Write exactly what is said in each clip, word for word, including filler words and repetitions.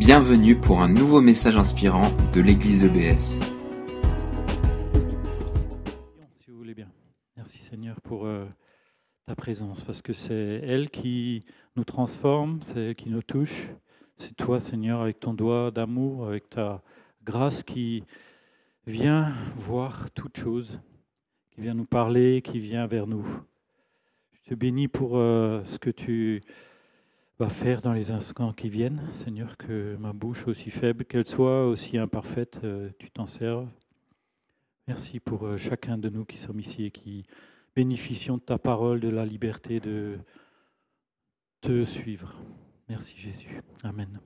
Bienvenue pour un nouveau message inspirant de l'Église E B S. Si vous voulez bien. Merci Seigneur pour euh, ta présence, parce que c'est elle qui nous transforme, c'est elle qui nous touche. C'est toi Seigneur avec ton doigt d'amour, avec ta grâce qui vient voir toute chose, qui vient nous parler, qui vient vers nous. Je te bénis pour euh, ce que tu vas faire dans les instants qui viennent, Seigneur, que ma bouche, aussi faible qu'elle soit, aussi imparfaite, euh, tu t'en serves. Merci pour euh, chacun de nous qui sommes ici et qui bénéficions de ta parole, de la liberté de te suivre. Merci Jésus. Amen.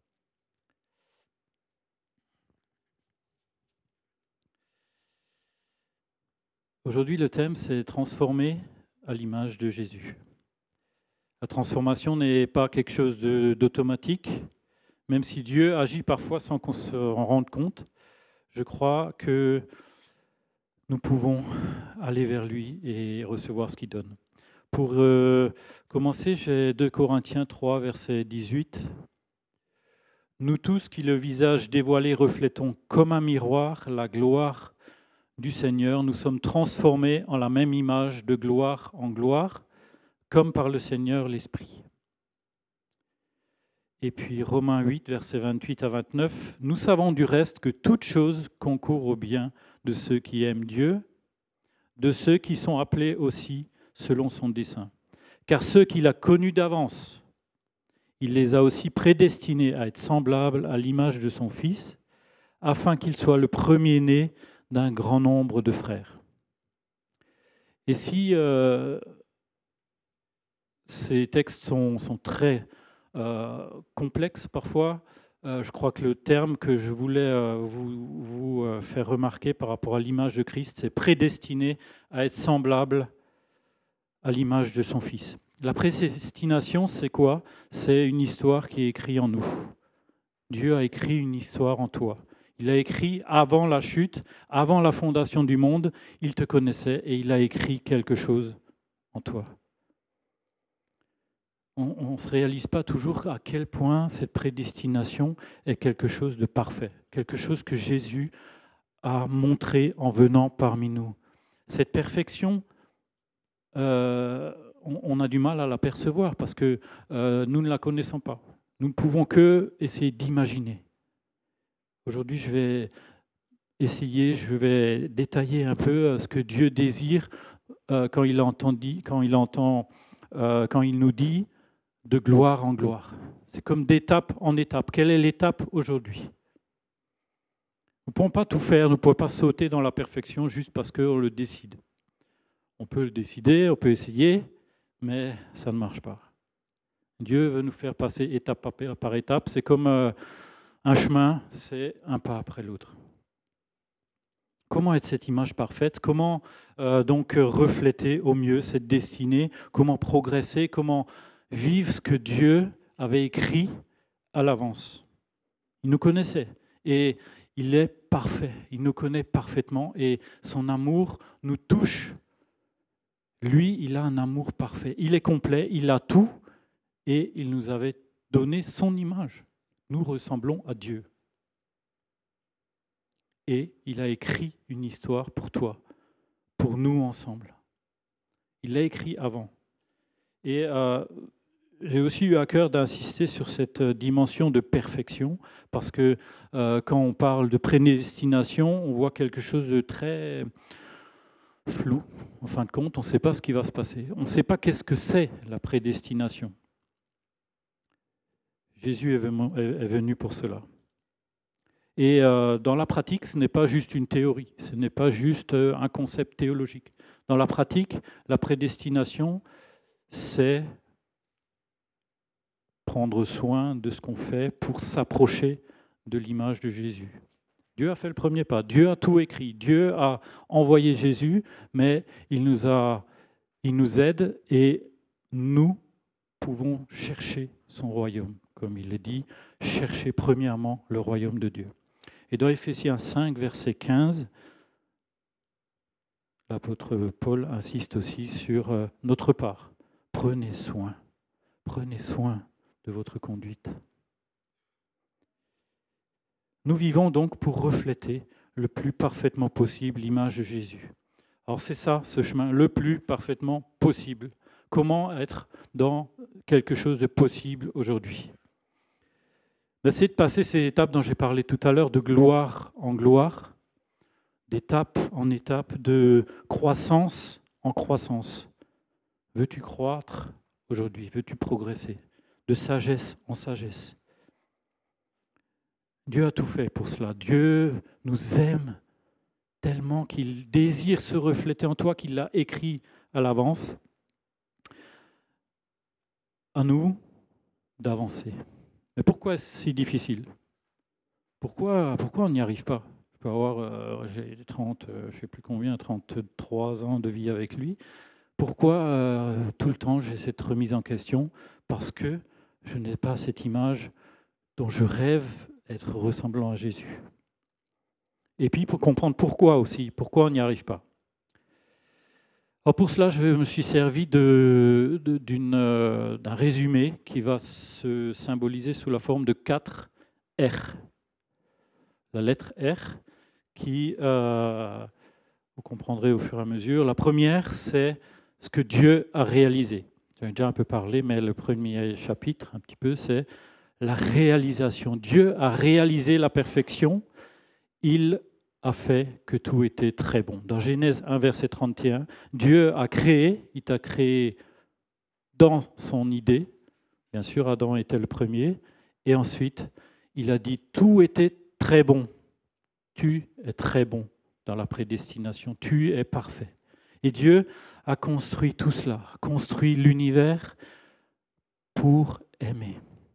Aujourd'hui, le thème, c'est transformer à l'image de Jésus. La transformation n'est pas quelque chose de, d'automatique, même si Dieu agit parfois sans qu'on se en rende compte. Je crois que nous pouvons aller vers lui et recevoir ce qu'il donne. Pour euh, commencer, j'ai deux Corinthiens trois, verset dix-huit. « Nous tous qui le visage dévoilé reflétons comme un miroir la gloire du Seigneur, nous sommes transformés en la même image de gloire en gloire, comme par le Seigneur l'Esprit. » Et puis Romains huit, versets vingt-huit à vingt-neuf. « Nous savons du reste que toute chose concourt au bien de ceux qui aiment Dieu, de ceux qui sont appelés aussi selon son dessein. Car ceux qu'il a connus d'avance, il les a aussi prédestinés à être semblables à l'image de son Fils, afin qu'il soit le premier-né d'un grand nombre de frères. » Et si euh, ces textes sont, sont très euh, complexes parfois, euh, je crois que le terme que je voulais euh, vous, vous euh, faire remarquer par rapport à l'image de Christ, c'est prédestiné à être semblable à l'image de son Fils. La prédestination, c'est quoi ? C'est une histoire qui est écrite en nous. Dieu a écrit une histoire en toi. Il a écrit avant la chute, avant la fondation du monde, il te connaissait et il a écrit quelque chose en toi. On ne se réalise pas toujours à quel point cette prédestination est quelque chose de parfait, quelque chose que Jésus a montré en venant parmi nous. Cette perfection, euh, on, on a du mal à la percevoir parce que euh, nous ne la connaissons pas. Nous ne pouvons que essayer d'imaginer. Aujourd'hui, je vais essayer, je vais détailler un peu ce que Dieu désire euh, quand il entend, quand il entend, euh, quand il nous dit de gloire en gloire. C'est comme d'étape en étape. Quelle est l'étape aujourd'hui ? Nous ne pouvons pas tout faire, nous ne pouvons pas sauter dans la perfection juste parce qu'on le décide. On peut le décider, on peut essayer, mais ça ne marche pas. Dieu veut nous faire passer étape par étape. C'est comme euh, un chemin, c'est un pas après l'autre. Comment être cette image parfaite ? Comment euh, donc refléter au mieux cette destinée ? Comment progresser ? Comment vivre ce que Dieu avait écrit à l'avance ? Il nous connaissait et il est parfait. Il nous connaît parfaitement et son amour nous touche. Lui, il a un amour parfait. Il est complet, il a tout et il nous avait donné son image. Nous ressemblons à Dieu. Et il a écrit une histoire pour toi, pour nous ensemble. Il l'a écrit avant. Et euh, j'ai aussi eu à cœur d'insister sur cette dimension de perfection, parce que euh, quand on parle de prédestination, on voit quelque chose de très flou. En fin de compte, on ne sait pas ce qui va se passer. On ne sait pas qu'est-ce que c'est la prédestination. Jésus est venu pour cela. Et euh, dans la pratique, ce n'est pas juste une théorie, ce n'est pas juste euh, un concept théologique. Dans la pratique, la prédestination, c'est prendre soin de ce qu'on fait pour s'approcher de l'image de Jésus. Dieu a fait le premier pas, Dieu a tout écrit, Dieu a envoyé Jésus, mais il nous, a, il nous aide et nous pouvons chercher son royaume. Comme il est dit, cherchez premièrement le royaume de Dieu. Et dans Éphésiens cinq, verset quinze, l'apôtre Paul insiste aussi sur notre part. Prenez soin, prenez soin de votre conduite. Nous vivons donc pour refléter le plus parfaitement possible l'image de Jésus. Alors c'est ça, ce chemin, le plus parfaitement possible. Comment être dans quelque chose de possible aujourd'hui? Ben, c'est de passer ces étapes dont j'ai parlé tout à l'heure, de gloire en gloire, d'étape en étape, de croissance en croissance. Veux-tu croître aujourd'hui? Veux-tu progresser? De sagesse en sagesse. Dieu a tout fait pour cela. Dieu nous aime tellement qu'il désire se refléter en toi, qu'il l'a écrit à l'avance. À nous d'avancer. Mais pourquoi est-ce si difficile? Pourquoi, pourquoi on n'y arrive pas? Je peux avoir, euh, j'ai trente, euh, je ne sais plus combien, trente-trois ans de vie avec lui. Pourquoi euh, tout le temps j'ai cette remise en question? Parce que je n'ai pas cette image dont je rêve être ressemblant à Jésus. Et puis pour comprendre pourquoi aussi, pourquoi on n'y arrive pas. Alors pour cela, je me suis servi de, de, d'une, euh, d'un résumé qui va se symboliser sous la forme de quatre R. La lettre R qui, euh, vous comprendrez au fur et à mesure, la première, c'est ce que Dieu a réalisé. J'en ai déjà un peu parlé, mais le premier chapitre, un petit peu, c'est la réalisation. Dieu a réalisé la perfection. Il a fait que tout était très bon. Dans Genèse un, verset trente et un, Dieu a créé, il t'a créé dans son idée. Bien sûr, Adam était le premier. Et ensuite, il a dit, tout était très bon. Tu es très bon dans la prédestination. Tu es parfait. Et Dieu a construit tout cela, a construit l'univers pour aimer.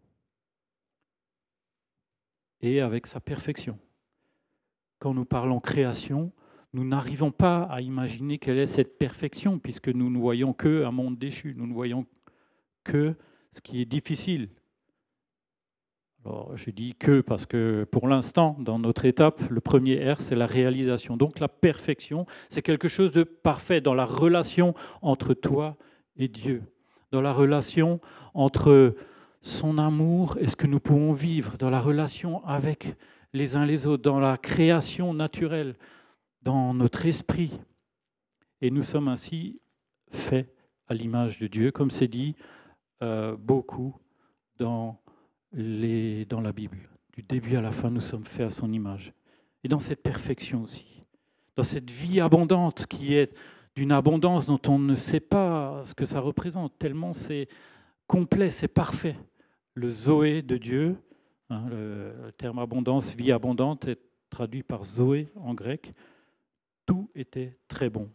Et avec sa perfection. Quand nous parlons création, nous n'arrivons pas à imaginer quelle est cette perfection, puisque nous ne voyons qu'un monde déchu, nous ne voyons que ce qui est difficile. Alors, je dis que parce que pour l'instant, dans notre étape, le premier R, c'est la réalisation. Donc la perfection, c'est quelque chose de parfait dans la relation entre toi et Dieu, dans la relation entre son amour et ce que nous pouvons vivre, dans la relation avec les uns les autres, dans la création naturelle, dans notre esprit. Et nous sommes ainsi faits à l'image de Dieu, comme c'est dit euh, beaucoup dans, les, dans la Bible. Du début à la fin, nous sommes faits à son image. Et dans cette perfection aussi, dans cette vie abondante qui est d'une abondance dont on ne sait pas ce que ça représente, tellement c'est complet, c'est parfait. Le Zoé de Dieu, hein, le terme abondance, vie abondante, est traduit par Zoé en grec. Tout était très bon.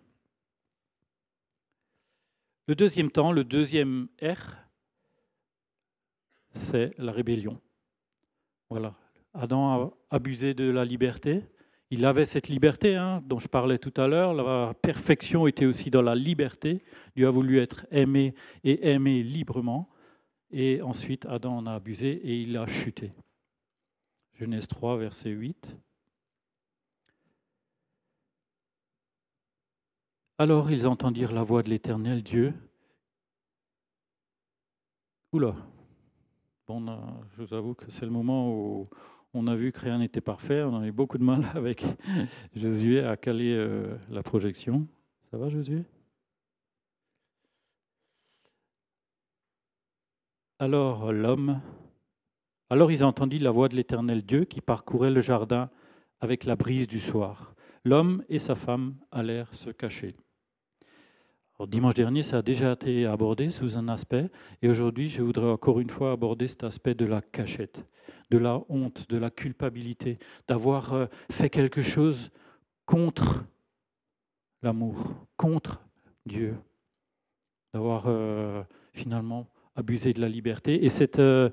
Le deuxième temps, le deuxième R, c'est la rébellion. Voilà. Adam a abusé de la liberté. Il avait cette liberté hein, dont je parlais tout à l'heure. La perfection était aussi dans la liberté. Dieu a voulu être aimé et aimé librement. Et ensuite, Adam en a abusé et il a chuté. Genèse trois, verset huit. Alors ils entendirent la voix de l'Éternel Dieu. Oula, bon, je vous avoue que c'est le moment où on a vu que rien n'était parfait. On a eu beaucoup de mal avec Josué à caler euh, la projection. Ça va, Josué? Alors l'homme, alors ils entendirent la voix de l'Éternel Dieu qui parcourait le jardin avec la brise du soir. L'homme et sa femme allèrent se cacher. Alors, dimanche dernier, ça a déjà été abordé sous un aspect, et aujourd'hui, je voudrais encore une fois aborder cet aspect de la cachette, de la honte, de la culpabilité, d'avoir fait quelque chose contre l'amour, contre Dieu, d'avoir euh, finalement abusé de la liberté. Et cette, euh,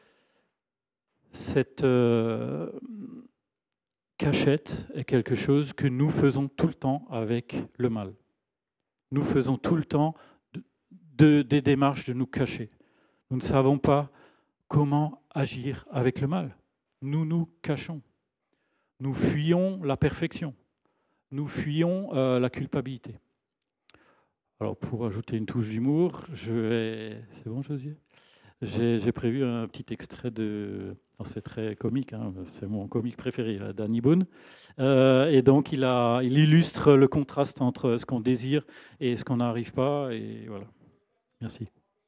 cette euh, cachette est quelque chose que nous faisons tout le temps avec le mal. Nous faisons tout le temps de, de, des démarches de nous cacher. Nous ne savons pas comment agir avec le mal. Nous nous cachons. Nous fuyons la perfection. Nous fuyons euh, la culpabilité. Alors, pour ajouter une touche d'humour, je vais... C'est bon, Josué ? J'ai j'ai prévu un petit extrait de... oh, c'est très comique, hein, c'est mon comique préféré, là, Danny Boone. Euh, et donc, il, a, il illustre le contraste entre ce qu'on désire et ce qu'on n'arrive pas. Et voilà. Merci.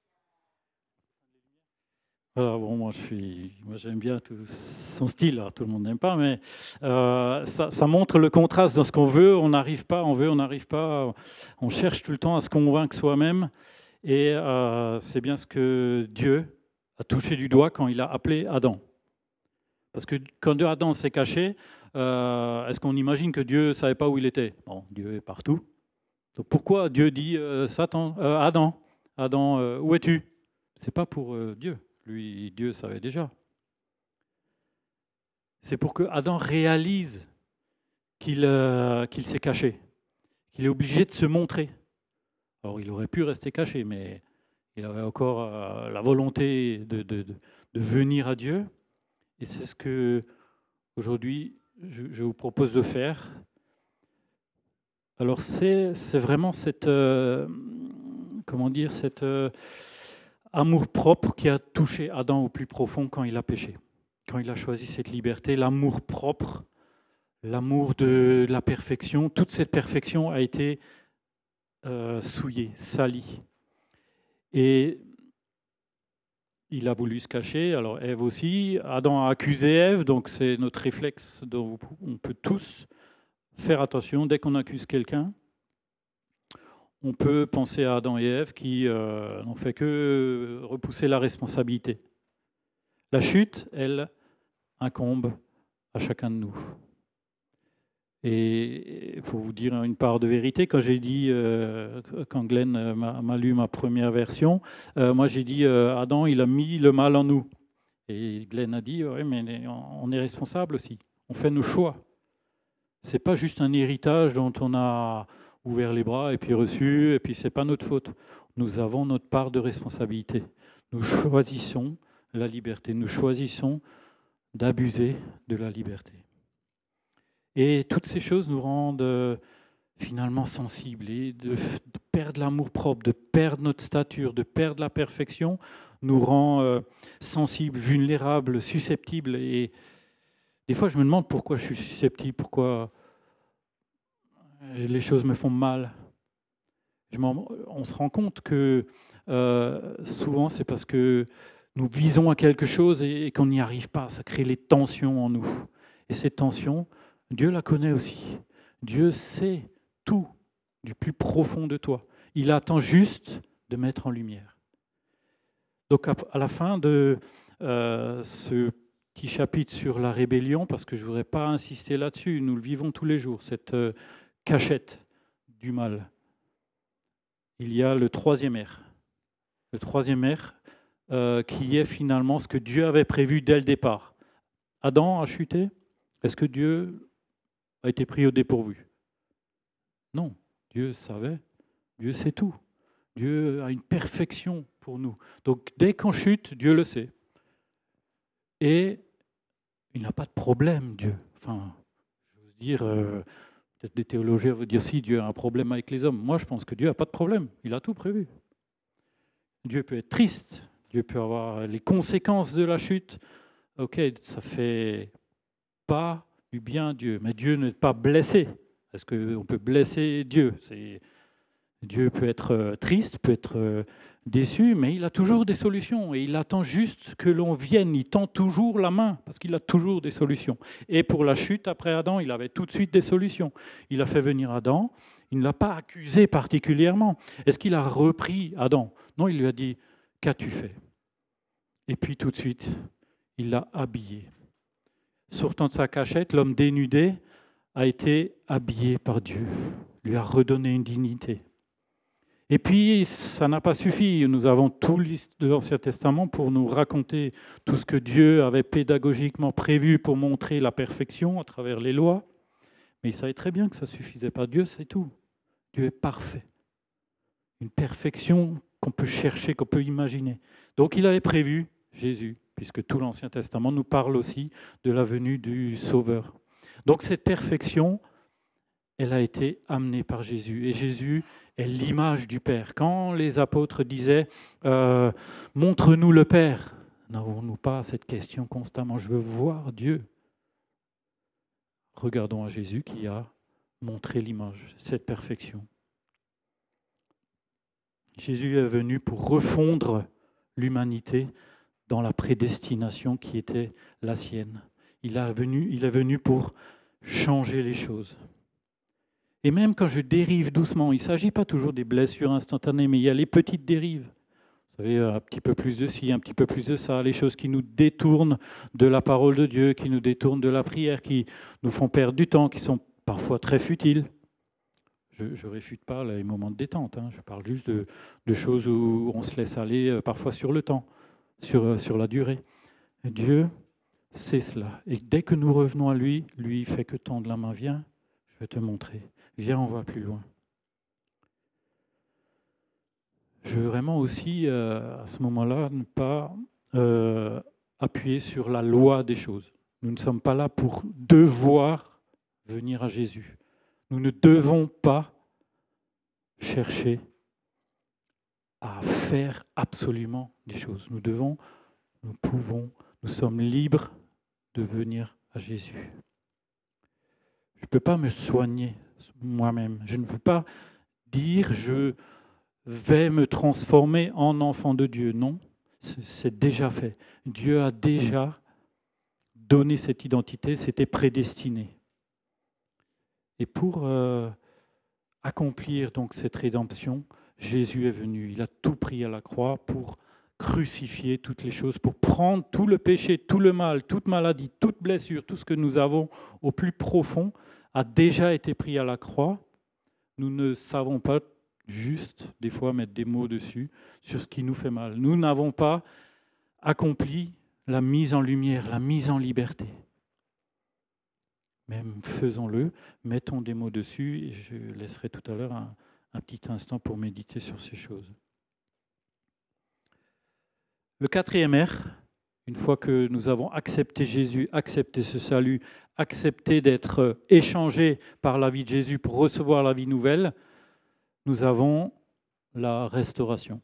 Voilà, bon, moi, je suis, moi, j'aime bien tout son style. Alors, tout le monde n'aime pas, mais euh, ça, ça montre le contraste dans ce qu'on veut, on n'arrive pas, on veut, on n'arrive pas. On cherche tout le temps à se convaincre soi-même. Et euh, c'est bien ce que Dieu a touché du doigt quand il a appelé Adam. Parce que quand Adam s'est caché, euh, est-ce qu'on imagine que Dieu ne savait pas où il était? Non, Dieu est partout. Donc pourquoi Dieu dit euh, Satan, euh, Adam, Adam, euh, où es-tu? C'est pas pour euh, Dieu. Lui, Dieu savait déjà. C'est pour que Adam réalise qu'il euh, qu'il s'est caché, qu'il est obligé de se montrer. Alors il aurait pu rester caché, mais il avait encore euh, la volonté de, de, de, de venir à Dieu. Et c'est ce que aujourd'hui je, je vous propose de faire. Alors c'est, c'est vraiment cette, euh, comment dire, cet euh, amour-propre qui a touché Adam au plus profond quand il a péché, quand il a choisi cette liberté, l'amour-propre, l'amour de la perfection. Toute cette perfection a été euh, souillée, salie. Et il a voulu se cacher, alors Ève aussi. Adam a accusé Ève, donc c'est notre réflexe dont on peut tous faire attention. Dès qu'on accuse quelqu'un, on peut penser à Adam et Ève qui euh, n'ont fait que repousser la responsabilité. La chute, elle, incombe à chacun de nous. Et pour vous dire une part de vérité, quand j'ai dit, euh, quand Glenn m'a, m'a lu ma première version, euh, moi j'ai dit euh, Adam, il a mis le mal en nous. Et Glenn a dit, oui, mais on est responsable aussi. On fait nos choix. C'est pas juste un héritage dont on a ouvert les bras et puis reçu, et puis c'est pas notre faute. Nous avons notre part de responsabilité. Nous choisissons la liberté. Nous choisissons d'abuser de la liberté. Et toutes ces choses nous rendent euh, finalement sensibles. Et de, de perdre l'amour-propre, de perdre notre stature, de perdre la perfection, nous rend euh, sensibles, vulnérables, susceptibles. Et des fois, je me demande pourquoi je suis susceptible, pourquoi les choses me font mal. Je on se rend compte que euh, souvent, c'est parce que nous visons à quelque chose et, et qu'on n'y arrive pas. Ça crée les tensions en nous. Et ces tensions, Dieu la connaît aussi. Dieu sait tout du plus profond de toi. Il attend juste de mettre en lumière. Donc à la fin de euh, ce petit chapitre sur la rébellion, parce que je ne voudrais pas insister là-dessus, nous le vivons tous les jours, cette euh, cachette du mal. Il y a le troisième R. Le troisième R euh, qui est finalement ce que Dieu avait prévu dès le départ. Adam a chuté. Est-ce que Dieu a été pris au dépourvu? Non, Dieu savait, Dieu sait tout. Dieu a une perfection pour nous. Donc dès qu'on chute, Dieu le sait. Et il n'a pas de problème, Dieu. Enfin, j'ose dire, euh, peut-être des théologiens vont dire si Dieu a un problème avec les hommes. Moi, je pense que Dieu n'a pas de problème. Il a tout prévu. Dieu peut être triste. Dieu peut avoir les conséquences de la chute. Ok, ça fait pas du bien à Dieu. Mais Dieu n'est pas blessé. Est-ce qu'on peut blesser Dieu? C'est... Dieu peut être triste, peut être déçu, mais il a toujours des solutions et il attend juste que l'on vienne. Il tend toujours la main parce qu'il a toujours des solutions. Et pour la chute après Adam, il avait tout de suite des solutions. Il a fait venir Adam, il ne l'a pas accusé particulièrement. Est-ce qu'il a repris Adam? Non, il lui a dit « Qu'as-tu fait ?» Et puis tout de suite, il l'a habillé. Sortant de sa cachette, l'homme dénudé a été habillé par Dieu, lui a redonné une dignité. Et puis, ça n'a pas suffi. Nous avons tout l'Ancien Testament pour nous raconter tout ce que Dieu avait pédagogiquement prévu pour montrer la perfection à travers les lois. Mais il savait très bien que ça ne suffisait pas. Dieu, c'est tout. Dieu est parfait. Une perfection qu'on peut chercher, qu'on peut imaginer. Donc, il avait prévu Jésus, puisque tout l'Ancien Testament nous parle aussi de la venue du Sauveur. Donc, cette perfection, elle a été amenée par Jésus. Et Jésus est l'image du Père. Quand les apôtres disaient euh, « Montre-nous le Père », n'avons-nous pas cette question constamment ? Je veux voir Dieu. Regardons à Jésus qui a montré l'image, cette perfection. Jésus est venu pour refondre l'humanité dans la prédestination qui était la sienne. Il est venu, il est venu pour changer les choses. Et même quand je dérive doucement, il ne s'agit pas toujours des blessures instantanées, mais il y a les petites dérives. Vous savez, un petit peu plus de ci, un petit peu plus de ça, les choses qui nous détournent de la parole de Dieu, qui nous détournent de la prière, qui nous font perdre du temps, qui sont parfois très futiles. Je ne réfute pas les moments de détente, hein. Je parle juste de, de choses où on se laisse aller parfois sur le temps, sur, sur la durée. Et Dieu sait cela. Et dès que nous revenons à lui, lui il fait que tendre la main, viens, je vais te montrer. Viens, on va plus loin. Je veux vraiment aussi, euh, à ce moment-là, ne pas euh, appuyer sur la loi des choses. Nous ne sommes pas là pour devoir venir à Jésus. Nous ne devons pas chercher à faire absolument des choses. Nous devons, nous pouvons, nous sommes libres de venir à Jésus. Je ne peux pas me soigner moi-même. Je ne peux pas dire je vais me transformer en enfant de Dieu. Non, c'est déjà fait. Dieu a déjà donné cette identité, c'était prédestiné. Et pour euh, accomplir donc cette rédemption, Jésus est venu. Il a tout pris à la croix pour crucifier toutes les choses, pour prendre tout le péché, tout le mal, toute maladie, toute blessure, tout ce que nous avons au plus profond a déjà été pris à la croix. Nous ne savons pas juste, des fois, mettre des mots dessus sur ce qui nous fait mal. Nous n'avons pas accompli la mise en lumière, la mise en liberté. Même faisons-le, mettons des mots dessus et je laisserai tout à l'heure un, un petit instant pour méditer sur ces choses. Le quatrième R, une fois que nous avons accepté Jésus, accepté ce salut, accepté d'être échangés par la vie de Jésus pour recevoir la vie nouvelle, nous avons la restauration.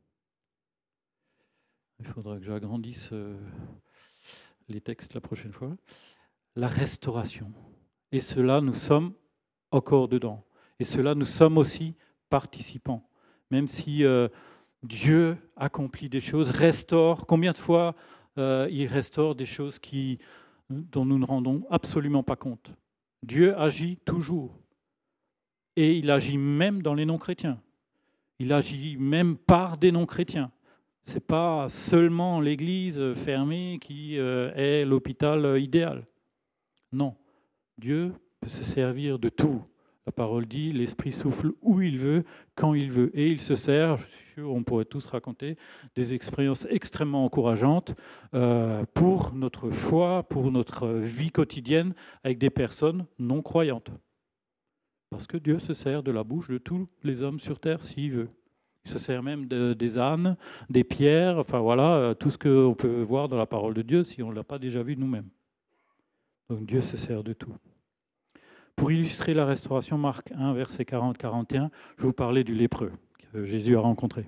Il faudra que j'agrandisse les textes la prochaine fois. La restauration. Et cela, nous sommes encore dedans. Et cela, nous sommes aussi participants. Même si euh, Dieu accomplit des choses, restaure, combien de fois euh, il restaure des choses qui, dont nous ne rendons absolument pas compte. Dieu agit toujours. Et il agit même dans les non-chrétiens. Il agit même par des non-chrétiens. Ce n'est pas seulement l'Église fermée qui euh, est l'hôpital idéal. Non, Dieu peut se servir de tout. La parole dit, l'Esprit souffle où il veut, quand il veut. Et il se sert, je suis sûr, on pourrait tous raconter, des expériences extrêmement encourageantes euh, pour notre foi, pour notre vie quotidienne, avec des personnes non croyantes. Parce que Dieu se sert de la bouche de tous les hommes sur terre s'il veut. Il se sert même de, des ânes, des pierres, enfin voilà, tout ce qu'on peut voir dans la parole de Dieu si on ne l'a pas déjà vu nous-mêmes. Donc Dieu se sert de tout. Pour illustrer la restauration, Marc un, versets quarante à quarante et un, je vais vous parler du lépreux que Jésus a rencontré.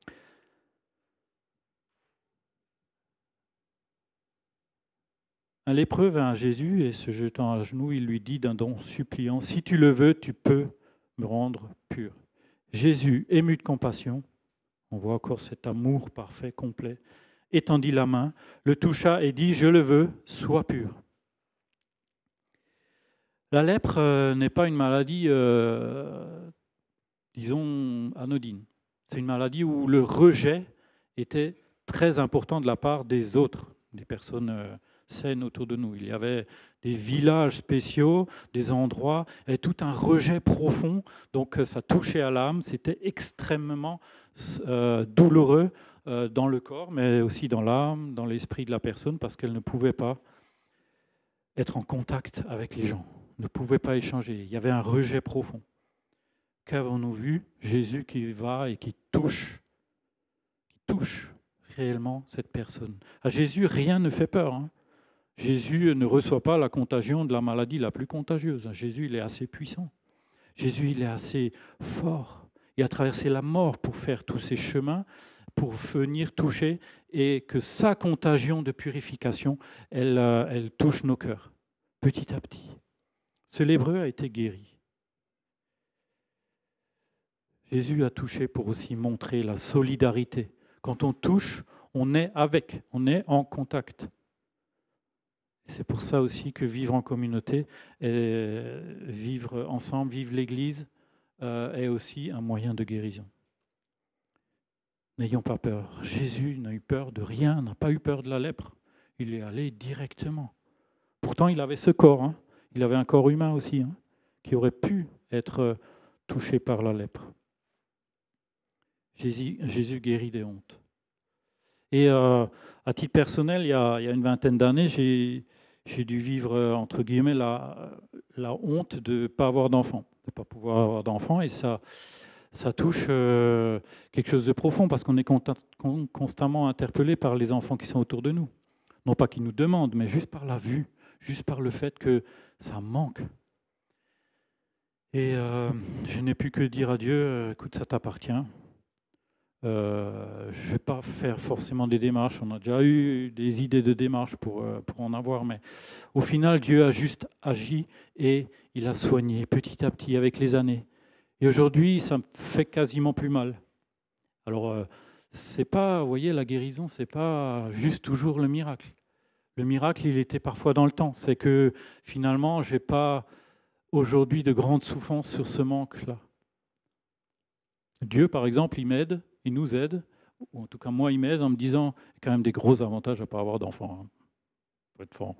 Un lépreux vint à Jésus et se jetant à genoux, il lui dit d'un ton suppliant, « Si tu le veux, tu peux me rendre pur. » Jésus, ému de compassion, on voit encore cet amour parfait, complet, étendit la main, le toucha et dit, « Je le veux, sois pur. » La lèpre euh, n'est pas une maladie, euh, disons, anodine. C'est une maladie où le rejet était très important de la part des autres, des personnes euh, saines autour de nous. Il y avait des villages spéciaux, des endroits, et tout un rejet profond. Donc ça touchait à l'âme, c'était extrêmement euh, douloureux euh, dans le corps, mais aussi dans l'âme, dans l'esprit de la personne, parce qu'elle ne pouvait pas être en contact avec les gens. Ne pouvait pas échanger. Il y avait un rejet profond. Qu'avons-nous vu? Jésus qui va et qui touche, qui touche réellement cette personne. À Jésus, rien ne fait peur. Hein. Jésus ne reçoit pas la contagion de la maladie la plus contagieuse. Jésus, il est assez puissant. Jésus, il est assez fort. Il a traversé la mort pour faire tous ces chemins, pour venir toucher, et que sa contagion de purification, elle, euh, elle touche nos cœurs, petit à petit. Ce lépreux a été guéri. Jésus a touché pour aussi montrer la solidarité. Quand on touche, on est avec, on est en contact. C'est pour ça aussi que vivre en communauté, et vivre ensemble, vivre l'Église, euh, est aussi un moyen de guérison. N'ayons pas peur. Jésus n'a eu peur de rien, n'a pas eu peur de la lèpre. Il est allé directement. Pourtant, il avait ce corps. Hein. Il avait un corps humain aussi, hein, qui aurait pu être touché par la lèpre. Jésus, Jésus guérit des hontes. Et euh, à titre personnel, il y a, il y a une vingtaine d'années, j'ai, j'ai dû vivre, entre guillemets, la, la honte de ne pas avoir d'enfant, de ne pas pouvoir avoir d'enfant. Et ça, ça touche euh, quelque chose de profond parce qu'on est constamment interpellé par les enfants qui sont autour de nous. Non pas qu'ils nous demandent, mais juste par la vue, juste par le fait que ça manque. Et euh, je n'ai pu que dire à Dieu, écoute, ça t'appartient. Euh, je ne vais pas faire forcément des démarches. On a déjà eu des idées de démarches pour, pour en avoir, mais au final, Dieu a juste agi et il a soigné petit à petit avec les années. Et aujourd'hui, ça me fait quasiment plus mal. Alors, euh, c'est pas, vous voyez, la guérison, c'est pas juste toujours le miracle. Le miracle, il était parfois dans le temps. C'est que finalement, j'ai pas aujourd'hui de grande souffrance sur ce manque-là. Dieu, par exemple, il m'aide. Il nous aide, ou en tout cas moi il m'aide en me disant il y a quand même des gros avantages à ne pas avoir d'enfants. Hein. Faut être franc.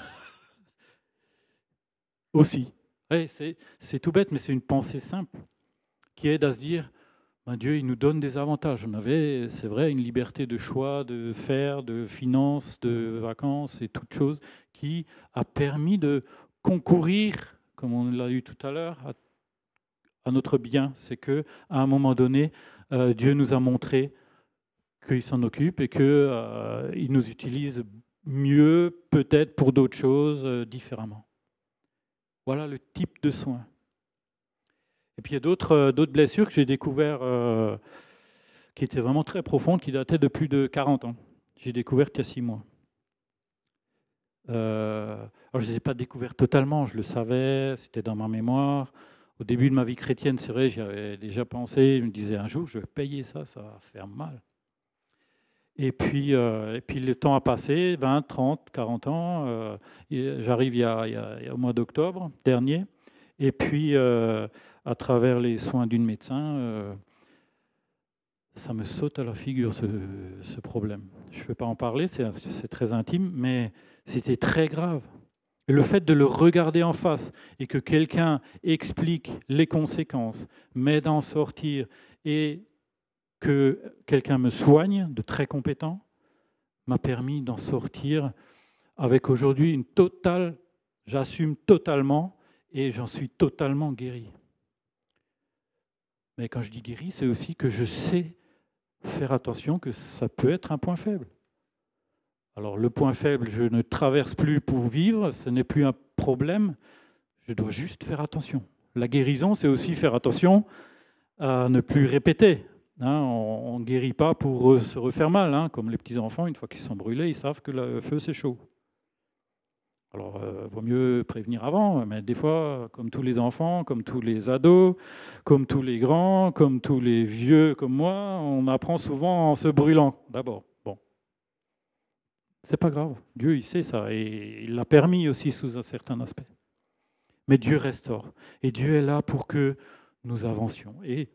Aussi. Ouais, c'est, c'est tout bête, mais c'est une pensée simple qui aide à se dire ben Dieu, il nous donne des avantages. On avait, c'est vrai, une liberté de choix, de faire, de finances, de vacances et toutes choses qui a permis de concourir, comme on l'a eu tout à l'heure, à, à notre bien. C'est qu'à un moment donné, Euh, Dieu nous a montré qu'il s'en occupe et qu'il euh, nous utilise mieux, peut-être pour d'autres choses, euh, différemment. Voilà le type de soins. Et puis il y a d'autres, euh, d'autres blessures que j'ai découvertes euh, qui étaient vraiment très profondes, qui dataient de plus de quarante ans. J'ai découvert qu'il y a six mois. Euh, alors je ne les ai pas découvertes totalement, je le savais, c'était dans ma mémoire. Au début de ma vie chrétienne, c'est vrai, j'y avais déjà pensé. Je me disais, un jour, je vais payer ça, ça va faire mal. Et puis, euh, et puis le temps a passé, vingt, trente, quarante ans. Euh, j'arrive il y, a, il, y a, il y a au mois d'octobre dernier. Et puis, euh, à travers les soins d'une médecin, euh, ça me saute à la figure, ce, ce problème. Je ne peux pas en parler, c'est, c'est très intime, mais c'était très grave. Et le fait de le regarder en face et que quelqu'un explique les conséquences, m'aide à en sortir et que quelqu'un me soigne, de très compétent, m'a permis d'en sortir avec aujourd'hui une totale, j'assume totalement et j'en suis totalement guéri. Mais quand je dis guéri, c'est aussi que je sais faire attention que ça peut être un point faible. Alors le point faible, je ne traverse plus pour vivre, ce n'est plus un problème, je dois juste faire attention. La guérison, c'est aussi faire attention à ne plus répéter. Hein, on ne guérit pas pour se refaire mal, hein, comme les petits-enfants, une fois qu'ils sont brûlés, ils savent que le feu, c'est chaud. Alors, il euh, vaut mieux prévenir avant, mais des fois, comme tous les enfants, comme tous les ados, comme tous les grands, comme tous les vieux comme moi, on apprend souvent en se brûlant d'abord. Bon. C'est pas grave. Dieu, il sait ça et il l'a permis aussi sous un certain aspect. Mais Dieu restaure. Et Dieu est là pour que nous avancions. Et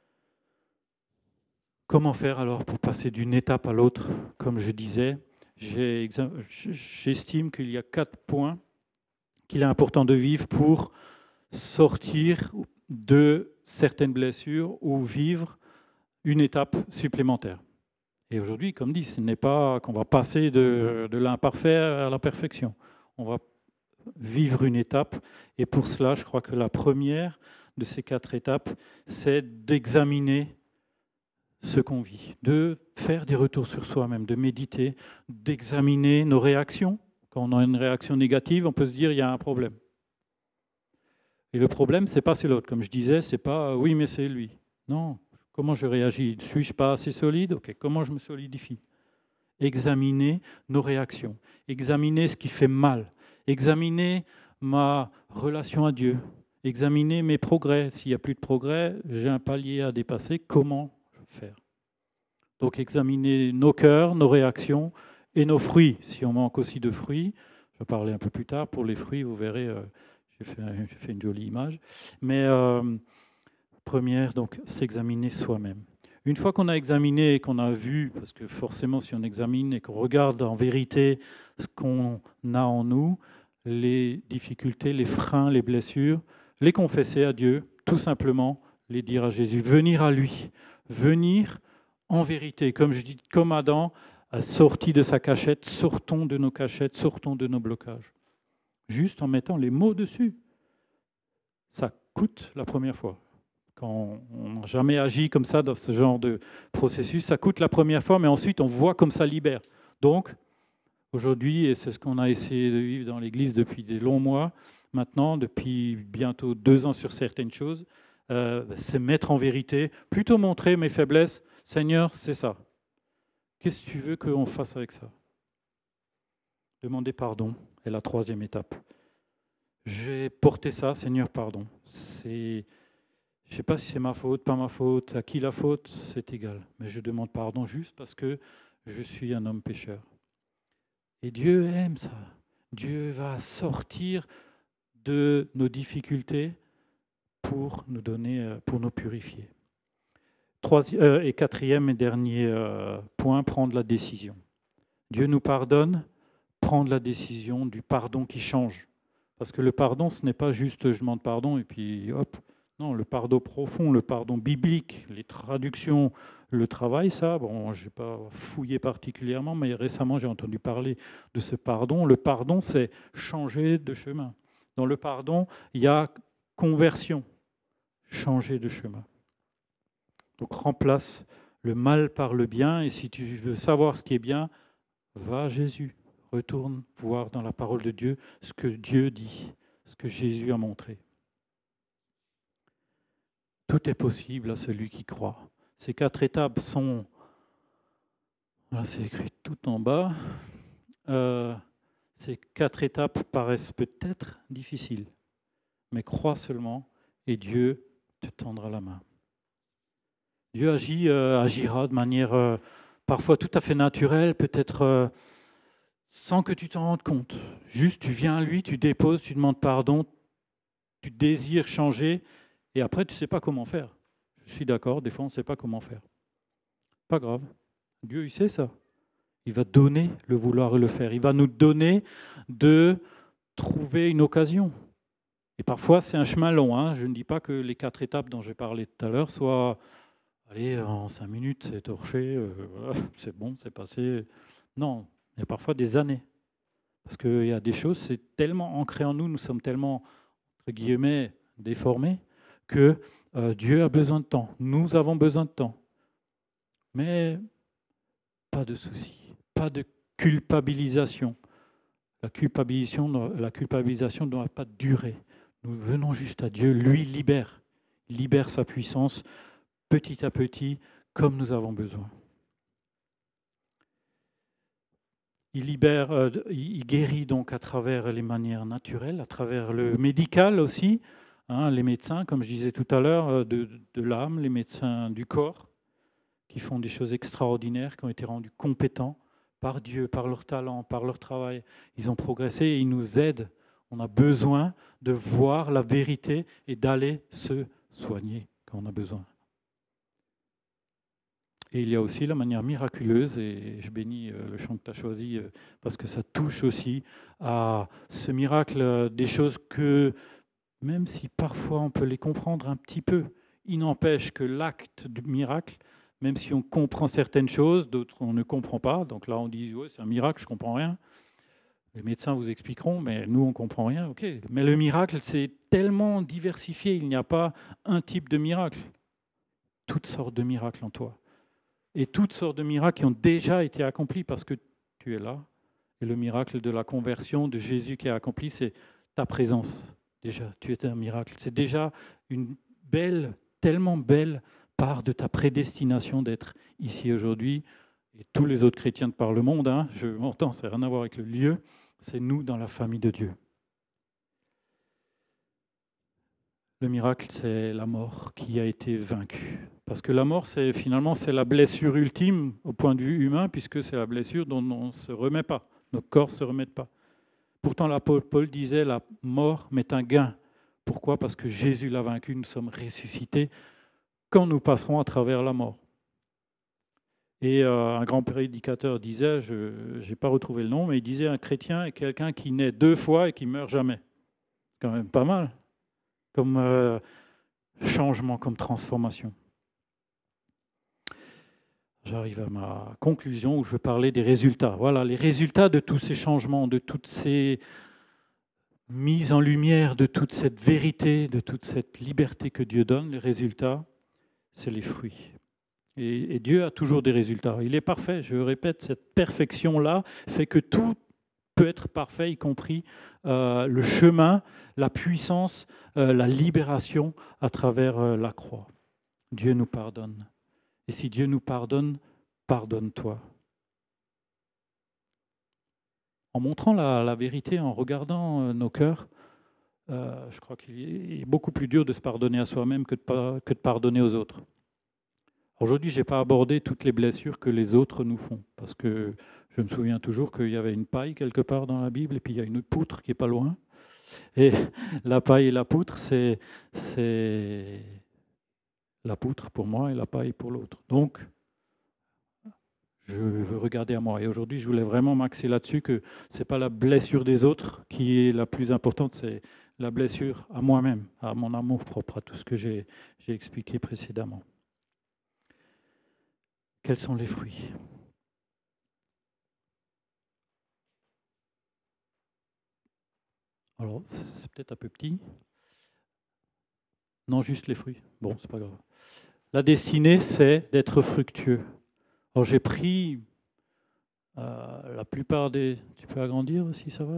comment faire alors pour passer d'une étape à l'autre? Comme je disais, j'ai, j'estime qu'il y a quatre points qu'il est important de vivre pour sortir de certaines blessures ou vivre une étape supplémentaire. Et aujourd'hui, comme dit, ce n'est pas qu'on va passer de, de l'imparfait à la perfection. On va vivre une étape. Et pour cela, je crois que la première de ces quatre étapes, c'est d'examiner ce qu'on vit, de faire des retours sur soi-même, de méditer, d'examiner nos réactions. Quand on a une réaction négative, on peut se dire qu'il y a un problème. Et le problème, ce n'est pas c'est l'autre. Comme je disais, ce n'est pas « oui, mais c'est lui ». Non. Comment je réagis? Suis-je pas assez solide? Ok. Comment je me solidifie? Examiner nos réactions. Examiner ce qui fait mal. Examiner ma relation à Dieu. Examiner mes progrès. S'il n'y a plus de progrès, j'ai un palier à dépasser. Comment faire? Donc examiner nos cœurs, nos réactions et nos fruits. Si on manque aussi de fruits, je vais parler un peu plus tard. Pour les fruits, vous verrez, euh, j'ai fait, j'ai fait une jolie image. Mais euh, première, donc s'examiner soi-même. Une fois qu'on a examiné et qu'on a vu, parce que forcément si on examine et qu'on regarde en vérité ce qu'on a en nous, les difficultés, les freins, les blessures, les confesser à Dieu, tout simplement les dire à Jésus, venir à lui, venir en vérité, comme je dis, comme Adam a sorti de sa cachette, sortons de nos cachettes, sortons de nos blocages. Juste en mettant les mots dessus. Ça coûte la première fois. Quand on n'a jamais agi comme ça dans ce genre de processus, ça coûte la première fois, mais ensuite on voit comme ça libère. Donc, aujourd'hui, et c'est ce qu'on a essayé de vivre dans l'Église depuis des longs mois, maintenant, depuis bientôt deux ans sur certaines choses, euh, c'est mettre en vérité, plutôt montrer mes faiblesses. Seigneur, c'est ça. Qu'est-ce que tu veux qu'on fasse avec ça? Demander pardon est la troisième étape. J'ai porté ça, Seigneur, pardon. C'est... Je ne sais pas si c'est ma faute, pas ma faute, à qui la faute, c'est égal. Mais je demande pardon juste parce que je suis un homme pécheur. Et Dieu aime ça. Dieu va sortir de nos difficultés pour nous donner, pour nous purifier. Troisième, euh, et quatrième et dernier euh, point, prendre la décision. Dieu nous pardonne, prendre la décision du pardon qui change. Parce que le pardon, ce n'est pas juste je demande pardon et puis hop. Non, le pardon profond, le pardon biblique, les traductions, le travail, ça, bon, je n'ai pas fouillé particulièrement, mais récemment j'ai entendu parler de ce pardon. Le pardon, c'est changer de chemin. Dans le pardon, il y a conversion, changer de chemin. Donc remplace le mal par le bien, et si tu veux savoir ce qui est bien, va à Jésus. Retourne voir dans la parole de Dieu ce que Dieu dit, ce que Jésus a montré. Tout est possible à celui qui croit. Ces quatre étapes sont, voilà, c'est écrit tout en bas, euh, ces quatre étapes paraissent peut-être difficiles, mais crois seulement et Dieu te tendra la main. Dieu agit, euh, agira de manière euh, parfois tout à fait naturelle, peut-être euh, sans que tu t'en rendes compte. Juste, tu viens à lui, tu déposes, tu demandes pardon, tu désires changer, et après, tu ne sais pas comment faire. Je suis d'accord, des fois, on ne sait pas comment faire. Pas grave. Dieu, il sait ça. Il va donner le vouloir et le faire. Il va nous donner de trouver une occasion. Et parfois, c'est un chemin long. Hein. Je ne dis pas que les quatre étapes dont j'ai parlé tout à l'heure soient, allez, en cinq minutes, c'est torché, euh, voilà, c'est bon, c'est passé. Non, il y a parfois des années. Parce qu'il y a des choses, c'est tellement ancré en nous, nous sommes tellement, entre guillemets, déformés, que euh, Dieu a besoin de temps. Nous avons besoin de temps. Mais pas de souci, pas de culpabilisation. La culpabilisation, la culpabilisation ne doit pas durer. Nous venons juste à Dieu, lui libère, libère sa puissance petit à petit, comme nous avons besoin. Il libère, euh, il guérit donc à travers les manières naturelles, à travers le médical aussi, hein, les médecins, comme je disais tout à l'heure, de, de l'âme, les médecins du corps, qui font des choses extraordinaires, qui ont été rendus compétents par Dieu, par leur talent, par leur travail. Ils ont progressé et ils nous aident. On a besoin de voir la vérité et d'aller se soigner quand on a besoin. Et il y a aussi la manière miraculeuse, et je bénis le chant que tu as choisi parce que ça touche aussi à ce miracle, des choses que, même si parfois on peut les comprendre un petit peu, il n'empêche que l'acte du miracle, même si on comprend certaines choses, d'autres on ne comprend pas. Donc là on dit ouais, c'est un miracle, je ne comprends rien. Les médecins vous expliqueront, mais nous on ne comprend rien. Ok. Mais le miracle, c'est tellement diversifié, il n'y a pas un type de miracle. Toutes sortes de miracles en toi. Et toutes sortes de miracles qui ont déjà été accomplis parce que tu es là. Et le miracle de la conversion de Jésus qui a accompli, c'est ta présence. Déjà, tu étais un miracle. C'est déjà une belle, tellement belle part de ta prédestination d'être ici aujourd'hui. Et tous les autres chrétiens de par le monde, hein, je m'entends, ça n'a rien à voir avec le lieu, c'est nous dans la famille de Dieu. Le miracle, c'est la mort qui a été vaincue. Parce que la mort, c'est finalement, c'est la blessure ultime au point de vue humain, puisque c'est la blessure dont on ne se remet pas. Nos corps ne se remettent pas. Pourtant, l'apôtre Paul disait, la mort m'est un gain. Pourquoi ? Parce que Jésus l'a vaincu, nous sommes ressuscités quand nous passerons à travers la mort. Et euh, un grand prédicateur disait, je n'ai pas retrouvé le nom, mais il disait, un chrétien est quelqu'un qui naît deux fois et qui meurt jamais. Quand même pas mal. Comme euh, changement, comme transformation. J'arrive à ma conclusion où je veux parler des résultats. Voilà, les résultats de tous ces changements, de toutes ces mises en lumière, de toute cette vérité, de toute cette liberté que Dieu donne, les résultats, c'est les fruits. Et, et Dieu a toujours des résultats. Il est parfait, je répète, cette perfection-là fait que tout peut être parfait, y compris euh, le chemin, la puissance, euh, la libération à travers euh, la croix. Dieu nous pardonne. Et si Dieu nous pardonne, pardonne-toi. En montrant la, la vérité, en regardant euh, nos cœurs, euh, je crois qu'il est beaucoup plus dur de se pardonner à soi-même que de, pas, que de pardonner aux autres. Aujourd'hui, je n'ai pas abordé toutes les blessures que les autres nous font, parce que je me souviens toujours qu'il y avait une paille quelque part dans la Bible, et puis il y a une poutre qui n'est pas loin. Et la paille et la poutre, c'est, c'est la poutre pour moi et la paille pour l'autre. Donc, je veux regarder à moi. Et aujourd'hui, je voulais vraiment m'axer là-dessus, que ce n'est pas la blessure des autres qui est la plus importante, c'est la blessure à moi-même, à mon amour propre, à tout ce que j'ai, j'ai expliqué précédemment. Quels sont les fruits ? Alors, c'est peut-être un peu petit. Non, juste les fruits. Bon, c'est pas grave. La destinée, c'est d'être fructueux. Alors, j'ai pris euh, la plupart des... Tu peux agrandir aussi, ça va ?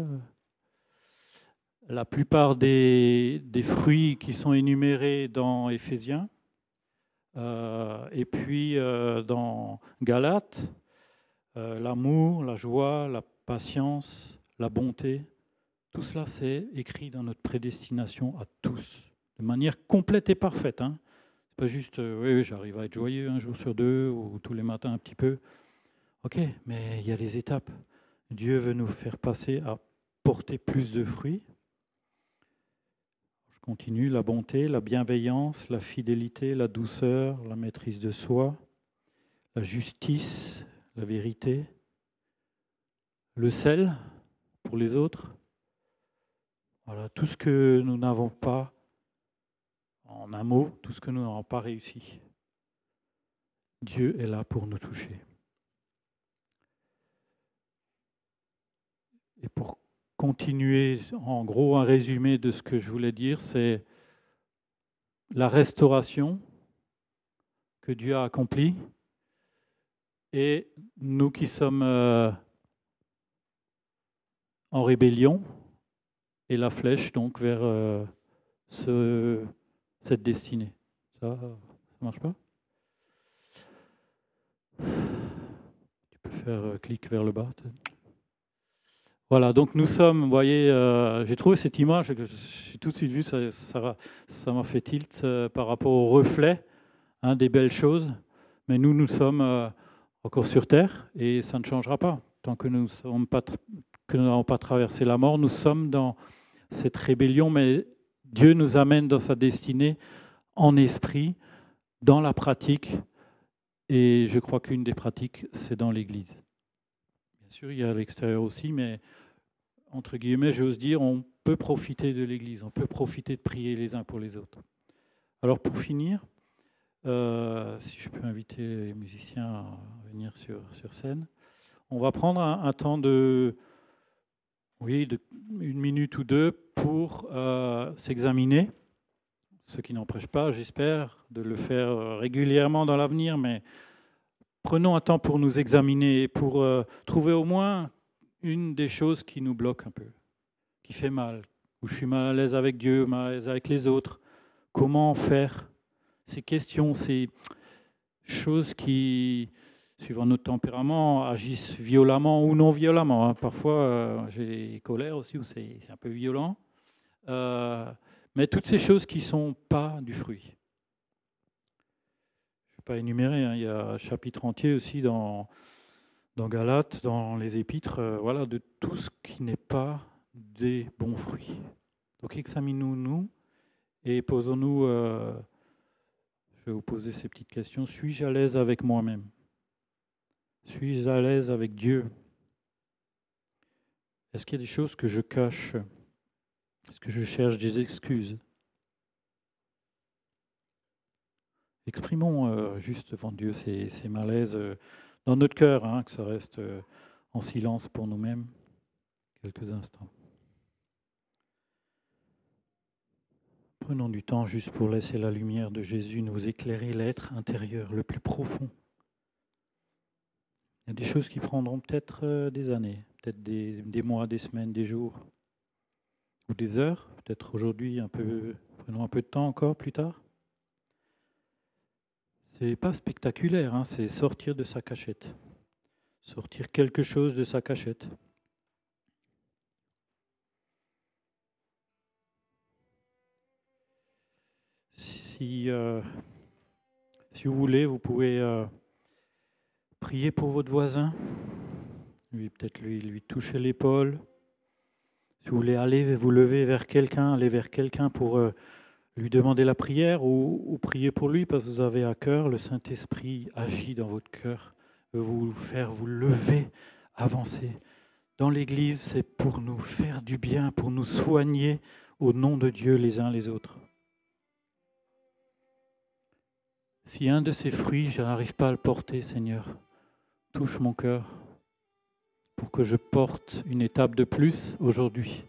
La plupart des, des fruits qui sont énumérés dans Éphésiens, euh, et puis euh, dans Galates, euh, l'amour, la joie, la patience, la bonté, tout cela, c'est écrit dans notre prédestination à tous, de manière complète et parfaite. Hein. C'est pas juste, euh, oui, j'arrive à être joyeux un jour sur deux, ou tous les matins un petit peu. Ok, mais il y a les étapes. Dieu veut nous faire passer à porter plus de fruits. Je continue, la bonté, la bienveillance, la fidélité, la douceur, la maîtrise de soi, la justice, la vérité, le sel pour les autres. Voilà, tout ce que nous n'avons pas, en un mot, tout ce que nous n'avons pas réussi. Dieu est là pour nous toucher. Et pour continuer, en gros, un résumé de ce que je voulais dire, c'est la restauration que Dieu a accomplie et nous qui sommes euh, en rébellion et la flèche donc vers euh, ce, cette destinée. Ça, ça marche pas ? Tu peux faire euh, clic vers le bas. Voilà, donc nous sommes, vous voyez, euh, j'ai trouvé cette image, j'ai tout de suite vu, ça, ça, ça m'a fait tilt euh, par rapport au reflet hein, des belles choses, mais nous, nous sommes euh, encore sur Terre et ça ne changera pas. Tant que nous n'avons pas, que nous n'avons pas traversé la mort, nous sommes dans cette rébellion, mais Dieu nous amène dans sa destinée en esprit, dans la pratique, et je crois qu'une des pratiques, c'est dans l'Église. Bien sûr, il y a à l'extérieur aussi, mais entre guillemets, j'ose dire, on peut profiter de l'Église, on peut profiter de prier les uns pour les autres. Alors pour finir, euh, si je peux inviter les musiciens à venir sur, sur scène, on va prendre un, un temps de, oui, de une minute ou deux pour euh, s'examiner, ce qui n'empêche pas, j'espère, de le faire régulièrement dans l'avenir, mais prenons un temps pour nous examiner et pour euh, trouver au moins une des choses qui nous bloque un peu, qui fait mal, où je suis mal à l'aise avec Dieu, mal à l'aise avec les autres. Comment faire ? ces questions, ces choses qui, suivant notre tempérament, agissent violemment ou non violemment. Hein. Parfois, euh, j'ai des colères aussi où c'est, c'est un peu violent. Euh, mais toutes ces choses qui ne sont pas du fruit. Je ne vais pas énumérer, hein. Il y a un chapitre entier aussi dans, dans Galates, dans les épîtres, euh, voilà, de tout ce qui n'est pas des bons fruits. Donc examinons-nous, nous, et posons-nous... Euh, Je vais vous poser ces petites questions. Suis-je à l'aise avec moi-même? Suis-je à l'aise avec Dieu? Est-ce qu'il y a des choses que je cache? Est-ce que je cherche des excuses? Exprimons euh, juste devant Dieu ces, ces malaises euh, dans notre cœur, hein, que ça reste euh, en silence pour nous-mêmes quelques instants. Prenons du temps juste pour laisser la lumière de Jésus nous éclairer l'être intérieur, le plus profond. Il y a des choses qui prendront peut-être des années, peut-être des, des mois, des semaines, des jours, ou des heures, peut-être aujourd'hui, un peu, prenons un peu de temps encore plus tard. C'est pas spectaculaire, hein, c'est sortir de sa cachette, sortir quelque chose de sa cachette. Si, euh, si vous voulez, vous pouvez euh, prier pour votre voisin, lui peut-être lui, lui toucher l'épaule. Si vous voulez aller vous lever vers quelqu'un, aller vers quelqu'un pour euh, lui demander la prière ou, ou prier pour lui parce que vous avez à cœur, le Saint-Esprit agit dans votre cœur, veut vous faire vous lever, avancer. Dans l'Église, c'est pour nous faire du bien, pour nous soigner au nom de Dieu les uns les autres. Si un de ces fruits, je n'arrive pas à le porter, Seigneur, touche mon cœur pour que je porte une étape de plus aujourd'hui.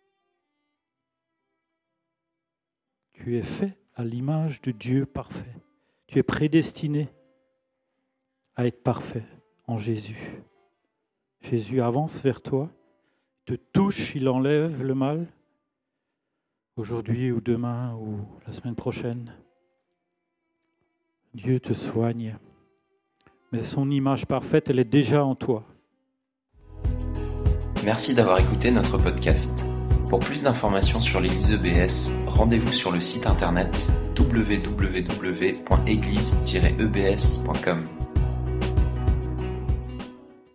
Tu es fait à l'image de Dieu parfait. Tu es prédestiné à être parfait en Jésus. Jésus avance vers toi, te touche, il enlève le mal, aujourd'hui ou demain ou la semaine prochaine. Dieu te soigne, mais son image parfaite, elle est déjà en toi. Merci d'avoir écouté notre podcast. Pour plus d'informations sur l'Église E B S, rendez-vous sur le site internet w w w point église tiret e b s point com.